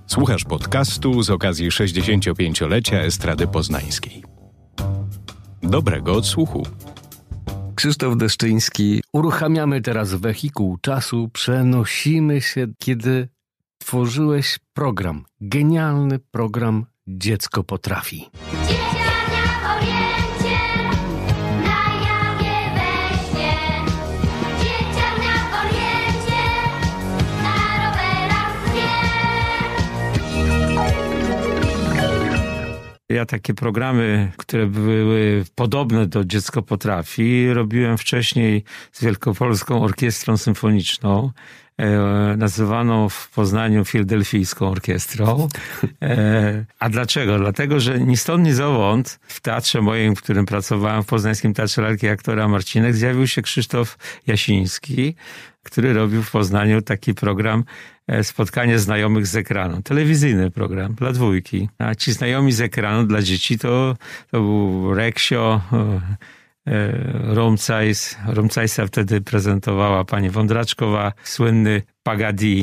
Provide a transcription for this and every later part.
Słuchasz podcastu z okazji 65-lecia Estrady Poznańskiej. Dobrego odsłuchu. Krzysztof Deszczyński. Uruchamiamy teraz wehikuł czasu, przenosimy się, kiedy tworzyłeś program, genialny program Dziecko potrafi. Ja takie programy, które były podobne do Dziecko potrafi, robiłem wcześniej z Wielkopolską Orkiestrą Symfoniczną, nazywaną w Poznaniu Filadelfijską Orkiestrą. A dlaczego? Dlatego, że ni stąd, ni zowąd w teatrze moim, w którym pracowałem, w Poznańskim Teatrze Lalki i Aktora Marcinek, zjawił się Krzysztof Jasiński, który robił w Poznaniu taki program Spotkanie znajomych z ekranu. Telewizyjny program dla dwójki. A ci znajomi z ekranu dla dzieci to był Reksio, Rumcajsa wtedy prezentowała pani Wądraczkowa, słynny Pagadi,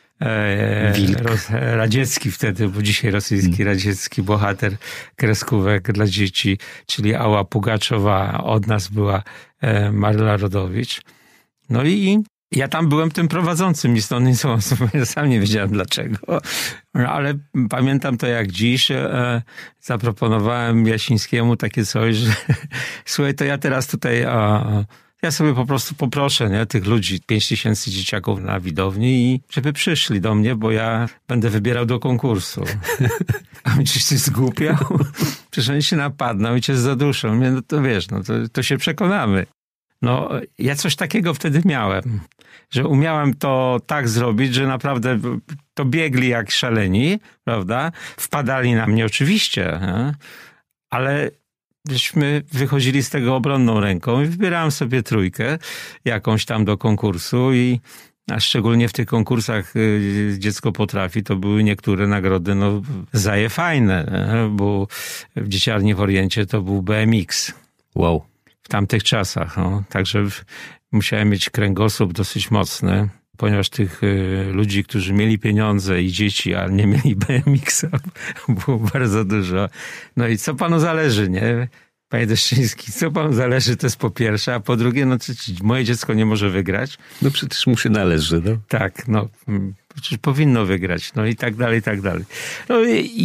radziecki wtedy, bo dzisiaj rosyjski radziecki bohater kreskówek dla dzieci, czyli Ała Pugaczowa, od nas była Maryla Rodowicz. No i ja tam byłem tym prowadzącym, ni stąd, ni stąd. Sam nie wiedziałem dlaczego, ale pamiętam to jak dziś. Zaproponowałem Jasińskiemu takie coś, że słuchaj, to ja teraz tutaj, ja sobie po prostu poproszę, nie, tych ludzi, 5000 dzieciaków na widowni i żeby przyszli do mnie, bo ja będę wybierał do konkursu. A mi coś zgłupiał? Przecież oni się napadną i cię zaduszą. No to wiesz, no to się przekonamy. No, ja coś takiego wtedy miałem, że umiałem to tak zrobić, że naprawdę to biegli jak szaleni, prawda? Wpadali na mnie oczywiście, ale żeśmy wychodzili z tego obronną ręką i wybierałem sobie trójkę jakąś tam do konkursu a szczególnie w tych konkursach Dziecko potrafi, to były niektóre nagrody, no, zaje fajne, bo w Dzieciarni w Oriencie to był BMX. Wow. W tamtych czasach. No. Także musiałem mieć kręgosłup dosyć mocny, ponieważ tych ludzi, którzy mieli pieniądze i dzieci, ale nie mieli BMX-a, było bardzo dużo. No i co panu zależy, nie? Panie Deszczyński, co panu zależy, to jest po pierwsze, a po drugie, no moje dziecko nie może wygrać. No przecież mu się należy, no. Tak, no przecież powinno wygrać, no i tak dalej, i tak dalej. No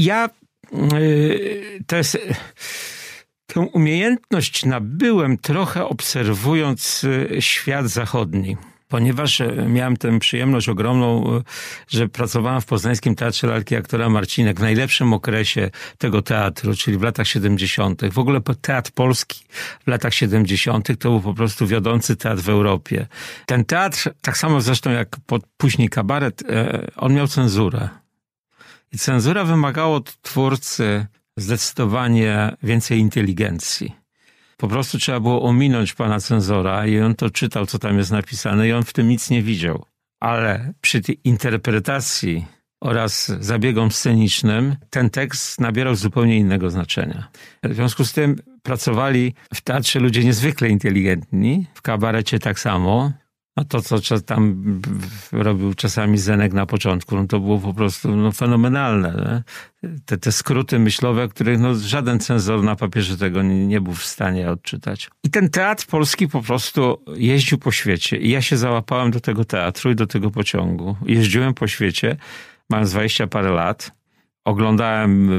to jest... Tę umiejętność nabyłem trochę obserwując świat zachodni, ponieważ miałem tę przyjemność ogromną, że pracowałem w Poznańskim Teatrze Lalki i Aktora Marcinek w najlepszym okresie tego teatru, czyli w latach 70. W ogóle teatr polski w latach 70. to był po prostu wiodący teatr w Europie. Ten teatr, tak samo zresztą jak później kabaret, on miał cenzurę. I cenzura wymagała od twórcy zdecydowanie więcej inteligencji. Po prostu trzeba było ominąć pana cenzora i on to czytał, co tam jest napisane i on w tym nic nie widział. Ale przy tej interpretacji oraz zabiegom scenicznym ten tekst nabierał zupełnie innego znaczenia. W związku z tym pracowali w teatrze ludzie niezwykle inteligentni, w kabarecie tak samo. No to, co tam robił czasami Zenek na początku, no to było po prostu fenomenalne. Te skróty myślowe, których żaden cenzor na papierze tego nie był w stanie odczytać. I ten teatr polski po prostu jeździł po świecie. I ja się załapałem do tego teatru i do tego pociągu. Jeździłem po świecie, mając 20 parę lat. Oglądałem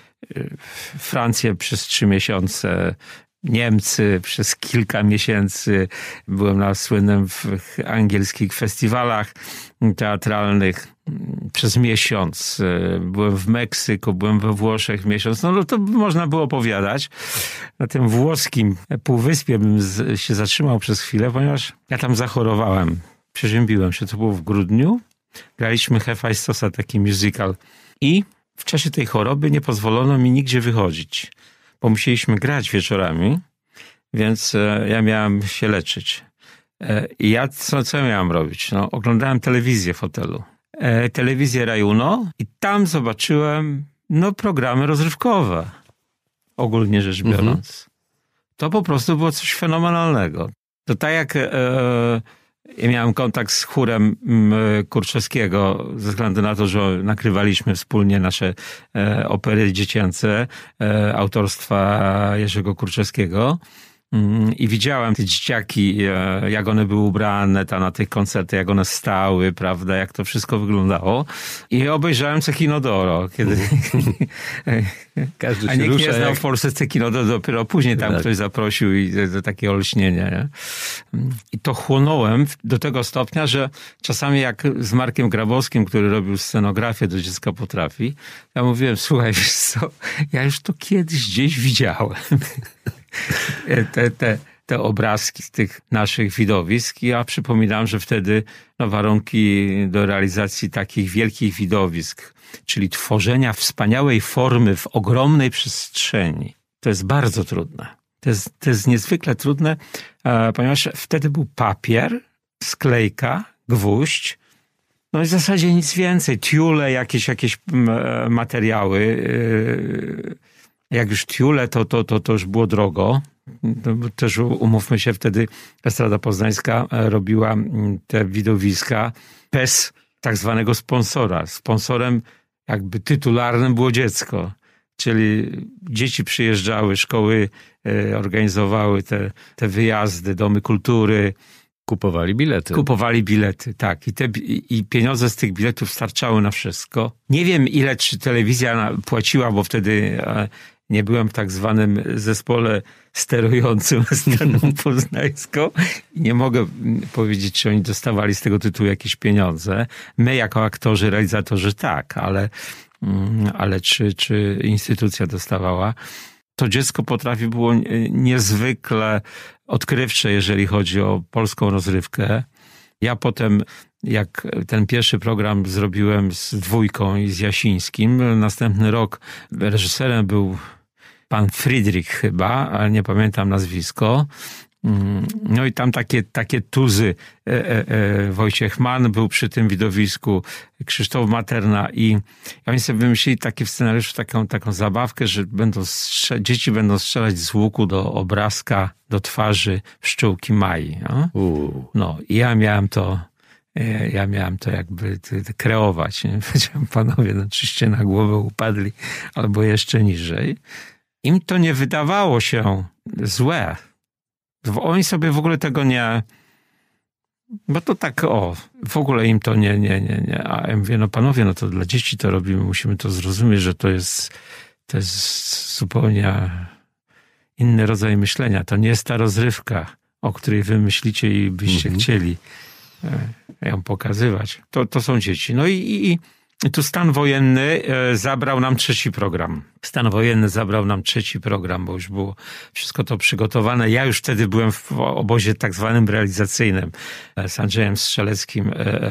Francję przez 3 miesiące, Niemcy przez kilka miesięcy. Byłem na słynnym w angielskich festiwalach teatralnych przez miesiąc. Byłem w Meksyku, byłem we Włoszech miesiąc. No to można było opowiadać. Na tym włoskim półwyspie bym się zatrzymał przez chwilę, ponieważ ja tam zachorowałem. Przeziębiłem się. To było w grudniu. Graliśmy Hefajstosa, taki musical. I w czasie tej choroby nie pozwolono mi nigdzie wychodzić, bo musieliśmy grać wieczorami, więc ja miałem się leczyć. I ja co miałem robić? No, oglądałem telewizję w hotelu. Telewizję Rajuno i tam zobaczyłem programy rozrywkowe, ogólnie rzecz biorąc. To po prostu było coś fenomenalnego. To tak jak Ja miałem kontakt z chórem Kurczewskiego ze względu na to, że nagrywaliśmy wspólnie nasze opery dziecięce autorstwa Jerzego Kurczewskiego. I widziałem te dzieciaki, jak one były ubrane tam na tych koncertach, jak one stały, prawda, jak to wszystko wyglądało. I obejrzałem Cekinodoro, kiedy Każdy a się nikt rusza nie znał w Polsce Cekinodoro, dopiero później tam ktoś zaprosił i do takie olśnienie. Nie? I to chłonąłem do tego stopnia, że czasami jak z Markiem Grabowskim, który robił scenografię do Dziecka potrafi, ja mówiłem, słuchaj, wiesz co, ja już to kiedyś gdzieś widziałem. Te obrazki z tych naszych widowisk. Ja przypominam, że wtedy warunki do realizacji takich wielkich widowisk, czyli tworzenia wspaniałej formy w ogromnej przestrzeni, to jest bardzo trudne. To jest niezwykle trudne, ponieważ wtedy był papier, sklejka, gwóźdź, no i w zasadzie nic więcej. Tiule, jakieś materiały. Jak już tiule, to już było drogo. Też umówmy się, wtedy Estrada Poznańska robiła te widowiska bez tak zwanego sponsora. Sponsorem jakby tytularnym było dziecko. Czyli dzieci przyjeżdżały, szkoły organizowały te wyjazdy, domy kultury. Kupowali bilety, tak. I pieniądze z tych biletów starczały na wszystko. Nie wiem, ile czy telewizja płaciła, bo wtedy nie byłem w tak zwanym zespole sterującym Estradą Poznańską. I nie mogę powiedzieć, czy oni dostawali z tego tytułu jakieś pieniądze. My jako aktorzy, realizatorzy tak, ale czy instytucja dostawała. To Dziecko potrafi było niezwykle odkrywcze, jeżeli chodzi o polską rozrywkę. Ja potem, jak ten pierwszy program zrobiłem z Dwójką i z Jasińskim, następny rok reżyserem był pan Friedrich chyba, ale nie pamiętam nazwisko. No i tam takie tuzy. Wojciech Mann był przy tym widowisku, Krzysztof Materna i oni sobie wymyślili taki w scenariuszu taką zabawkę, że dzieci będą strzelać z łuku do obrazka, do twarzy pszczółki Mai. No i ja miałem to jakby kreować. Nie? Powiedziałem, panowie, no czyście na głowę upadli albo jeszcze niżej. Im to nie wydawało się złe. Oni sobie w ogóle tego nie... Bo to tak, w ogóle im to nie. A ja mówię, no panowie, no to dla dzieci to robimy, musimy to zrozumieć, że to jest zupełnie inny rodzaj myślenia. To nie jest ta rozrywka, o której wy myślicie i byście chcieli ją pokazywać. To są dzieci. No i tu stan wojenny zabrał nam trzeci program. Stan wojenny zabrał nam trzeci program, bo już było wszystko to przygotowane. Ja już wtedy byłem w obozie tak zwanym realizacyjnym z Andrzejem Strzeleckim,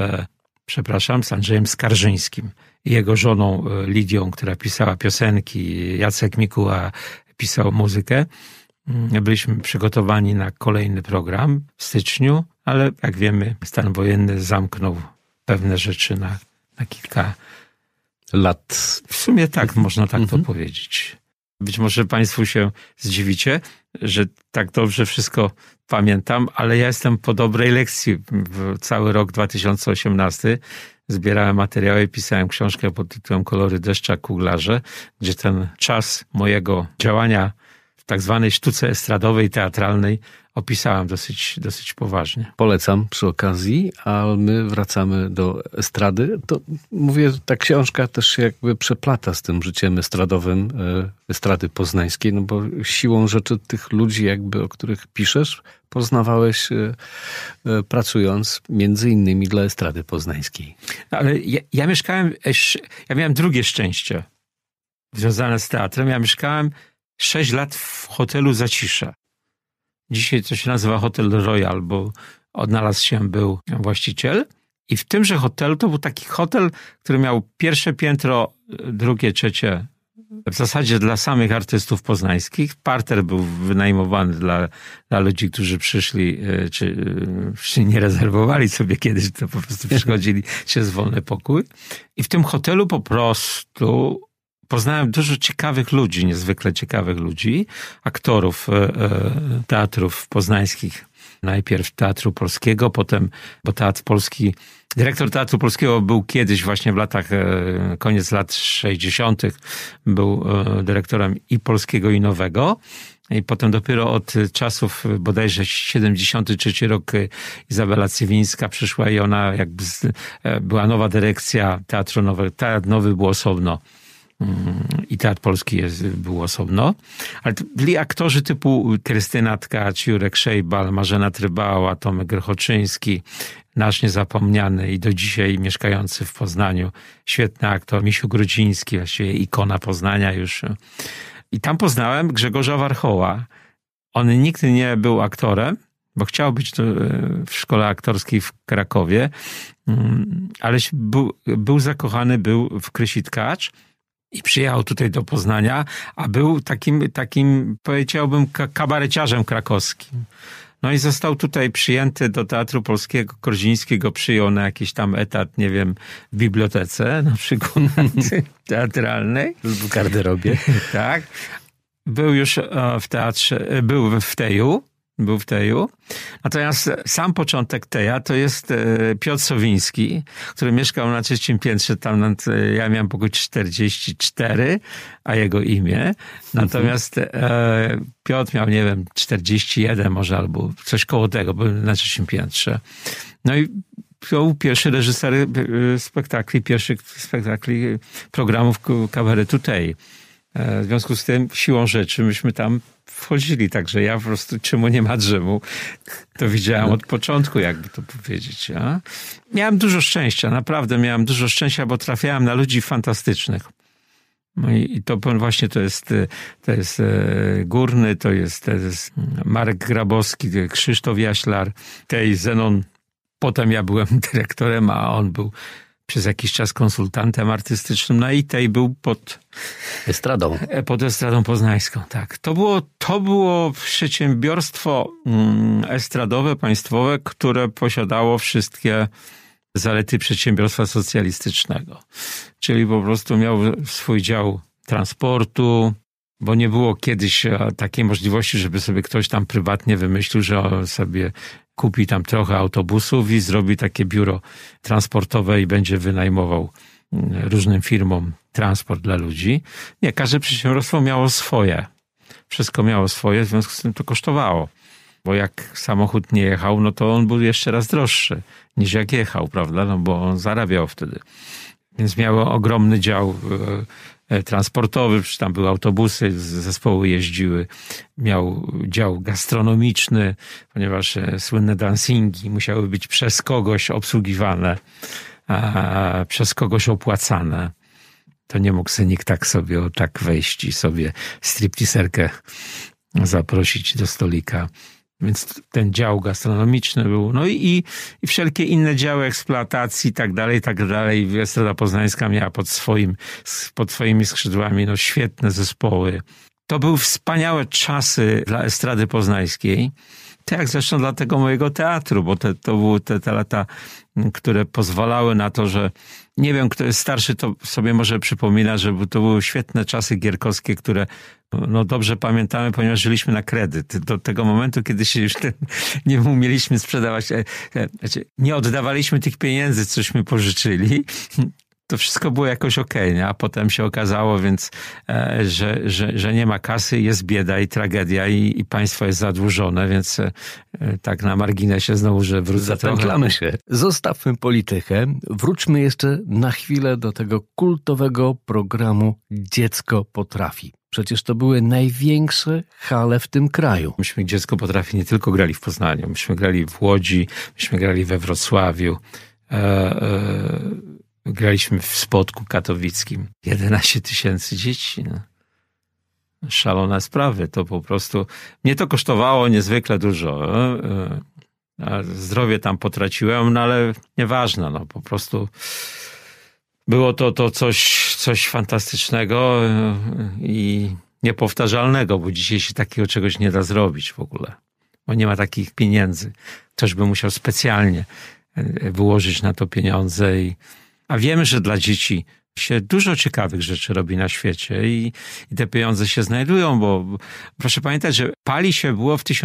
z Andrzejem Skarżyńskim i jego żoną Lidią, która pisała piosenki, Jacek Mikuła pisał muzykę. Byliśmy przygotowani na kolejny program w styczniu, ale jak wiemy, stan wojenny zamknął pewne rzeczy na kilka lat. W sumie tak, można tak to powiedzieć. Być może państwu się zdziwicie, że tak dobrze wszystko pamiętam, ale ja jestem po dobrej lekcji. Cały rok 2018 zbierałem materiały i pisałem książkę pod tytułem Kolory deszcza, kuglarze, gdzie ten czas mojego działania w tak zwanej sztuce estradowej, teatralnej opisałem dosyć poważnie. Polecam przy okazji, a my wracamy do estrady. To mówię, ta książka też się jakby przeplata z tym życiem estradowym Estrady Poznańskiej, no bo siłą rzeczy tych ludzi jakby, o których piszesz, poznawałeś pracując między innymi dla Estrady Poznańskiej. Ale ja miałem drugie szczęście związane z teatrem. Ja mieszkałem 6 lat w hotelu Zacisza. Dzisiaj to się nazywa Hotel Royal, bo odnalazł się był właściciel. I w tymże hotelu, to był taki hotel, który miał pierwsze piętro, drugie, trzecie, w zasadzie dla samych artystów poznańskich. Parter był wynajmowany dla ludzi, którzy przyszli, czy nie rezerwowali sobie kiedyś, to po prostu przychodzili się z wolny pokój. I w tym hotelu po prostu poznałem dużo ciekawych ludzi, niezwykle ciekawych ludzi, aktorów teatrów poznańskich najpierw Teatru Polskiego, potem, bo Teatr Polski, dyrektor Teatru Polskiego był kiedyś właśnie w latach, koniec lat 60. był dyrektorem i Polskiego, i Nowego. I potem dopiero od czasów bodajże 73 rok Izabela Cywińska przyszła i ona jakby była nowa dyrekcja Teatru Nowego. Teatr Nowy był osobno i Teatr Polski był osobno. Ale byli aktorzy typu Krystyna Tkacz, Jurek Szejbal, Marzena Trybała, Tomek Grochoczyński, nasz niezapomniany i do dzisiaj mieszkający w Poznaniu świetny aktor Misiu Grudziński, właściwie ikona Poznania już. I tam poznałem Grzegorza Warchoła. On nigdy nie był aktorem, bo chciał być w szkole aktorskiej w Krakowie, ale był zakochany, był w Krysi Tkacz i przyjechał tutaj do Poznania, a był takim powiedziałbym, kabareciarzem krakowskim. No i został tutaj przyjęty do Teatru Polskiego. Korziński go przyjął na jakiś tam etat, nie wiem, w bibliotece, na przykład teatralnej. W garderobie. Tak. Był już w teatrze, był w Teju. Natomiast sam początek Teja to jest Piotr Sowiński, który mieszkał na 3. piętrze, tam ja miałem pokój 44, a jego imię. Natomiast Piotr miał, nie wiem, 41 może, albo coś koło tego, był na 3. piętrze. No i to był pierwszy reżyser pierwszych spektakli, programów kabaretu Tej. W związku z tym, siłą rzeczy, myśmy tam wchodzili, także ja po prostu czemu nie ma drzemu, to widziałem od początku, jakby to powiedzieć. Ja? Miałem dużo szczęścia, naprawdę miałem dużo szczęścia, bo trafiałem na ludzi fantastycznych. No i to właśnie to jest Górny, to jest Marek Grabowski, Krzysztof Jaślar, tej Zenon. Potem ja byłem dyrektorem, a on był przez jakiś czas konsultantem artystycznym, no i tej był pod Estradą Poznańską, tak. To było przedsiębiorstwo estradowe, państwowe, które posiadało wszystkie zalety przedsiębiorstwa socjalistycznego. Czyli po prostu miał swój dział transportu, bo nie było kiedyś takiej możliwości, żeby sobie ktoś tam prywatnie wymyślił, że sobie kupi tam trochę autobusów i zrobi takie biuro transportowe i będzie wynajmował różnym firmom transport dla ludzi. Nie, każde przedsiębiorstwo miało swoje. Wszystko miało swoje, w związku z tym to kosztowało. Bo jak samochód nie jechał, no to on był jeszcze raz droższy niż jak jechał, prawda? No bo on zarabiał wtedy. Więc miało ogromny dział transportowy, przecież tam były autobusy, zespoły jeździły. Miał dział gastronomiczny, ponieważ słynne dancingi musiały być przez kogoś obsługiwane, a przez kogoś opłacane. To nie mógł sobie nikt tak sobie wejść i sobie stripteaserkę zaprosić do stolika. Więc ten dział gastronomiczny był. No i wszelkie inne działy eksploatacji i tak dalej. Estrada Poznańska miała pod swoimi skrzydłami świetne zespoły. To były wspaniałe czasy dla Estrady Poznańskiej. Tak jak zresztą dla tego mojego teatru, bo to były te lata, które pozwalały na to, że nie wiem, kto jest starszy, to sobie może przypomina, że to były świetne czasy gierkowskie, które dobrze pamiętamy, ponieważ żyliśmy na kredyt. Do tego momentu, kiedy się już nie umieliśmy sprzedawać, nie oddawaliśmy tych pieniędzy, cośmy pożyczyli, to wszystko było jakoś okej, nie? A potem się okazało, więc, że nie ma kasy, jest bieda i tragedia i państwo jest zadłużone, więc tak na marginesie znowu, że wrócę Zapętlamy się. Zostawmy politykę. Wróćmy jeszcze na chwilę do tego kultowego programu Dziecko potrafi. Przecież to były największe hale w tym kraju. Myśmy Dziecko potrafi nie tylko grali w Poznaniu, myśmy grali w Łodzi, myśmy grali we Wrocławiu, graliśmy w Spodku Katowickim. 11 000 dzieci. No. Szalone sprawy. To po prostu... Mnie to kosztowało niezwykle dużo. Zdrowie tam potraciłem, ale nieważne. Po prostu było to coś fantastycznego i niepowtarzalnego, bo dzisiaj się takiego czegoś nie da zrobić w ogóle. Bo nie ma takich pieniędzy. Ktoś by musiał specjalnie wyłożyć na to pieniądze a wiemy, że dla dzieci się dużo ciekawych rzeczy robi na świecie i te pieniądze się znajdują, bo proszę pamiętać, że pali się było w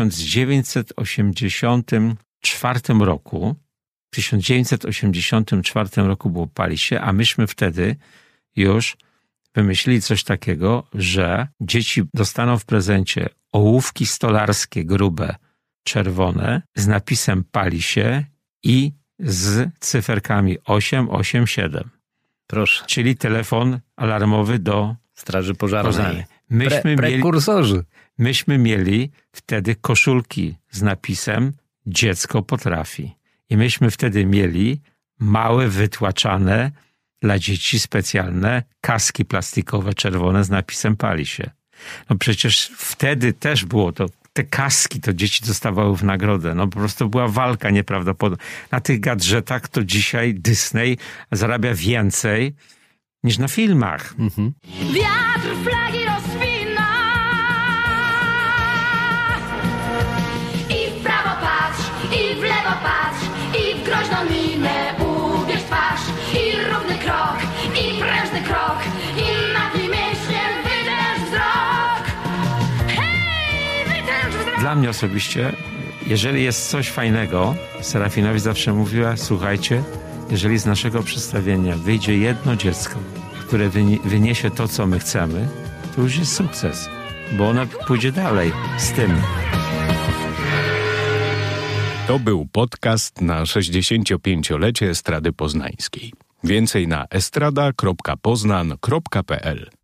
1984 roku. W 1984 roku było pali się, a myśmy wtedy już wymyślili coś takiego, że dzieci dostaną w prezencie ołówki stolarskie grube, czerwone, z napisem pali się i z cyferkami 887. Proszę. Czyli telefon alarmowy do Straży Pożarnej. Prekursorzy. Myśmy mieli wtedy koszulki z napisem dziecko potrafi. I myśmy wtedy mieli małe, wytłaczane dla dzieci specjalne kaski plastikowe czerwone z napisem pali się. No przecież wtedy też było to, te kaski to dzieci dostawały w nagrodę. No po prostu była walka nieprawdopodobna. Na tych gadżetach to dzisiaj Disney zarabia więcej niż na filmach. Mhm. Wiatr flagi rozwina i w prawo patrz, i w lewo patrz, i w groźną minę ubierz twarz, i równy krok, i prężny krok, i napnij mięśniem, wydręcz wzrok. Hej, wydręcz wzrok! Dla mnie osobiście, jeżeli jest coś fajnego, Serafinowi zawsze mówiła, słuchajcie, jeżeli z naszego przedstawienia wyjdzie jedno dziecko, które wyniesie to, co my chcemy, to już jest sukces, bo ona pójdzie dalej z tym. To był podcast na 65-lecie Estrady Poznańskiej. Więcej na estrada.poznan.pl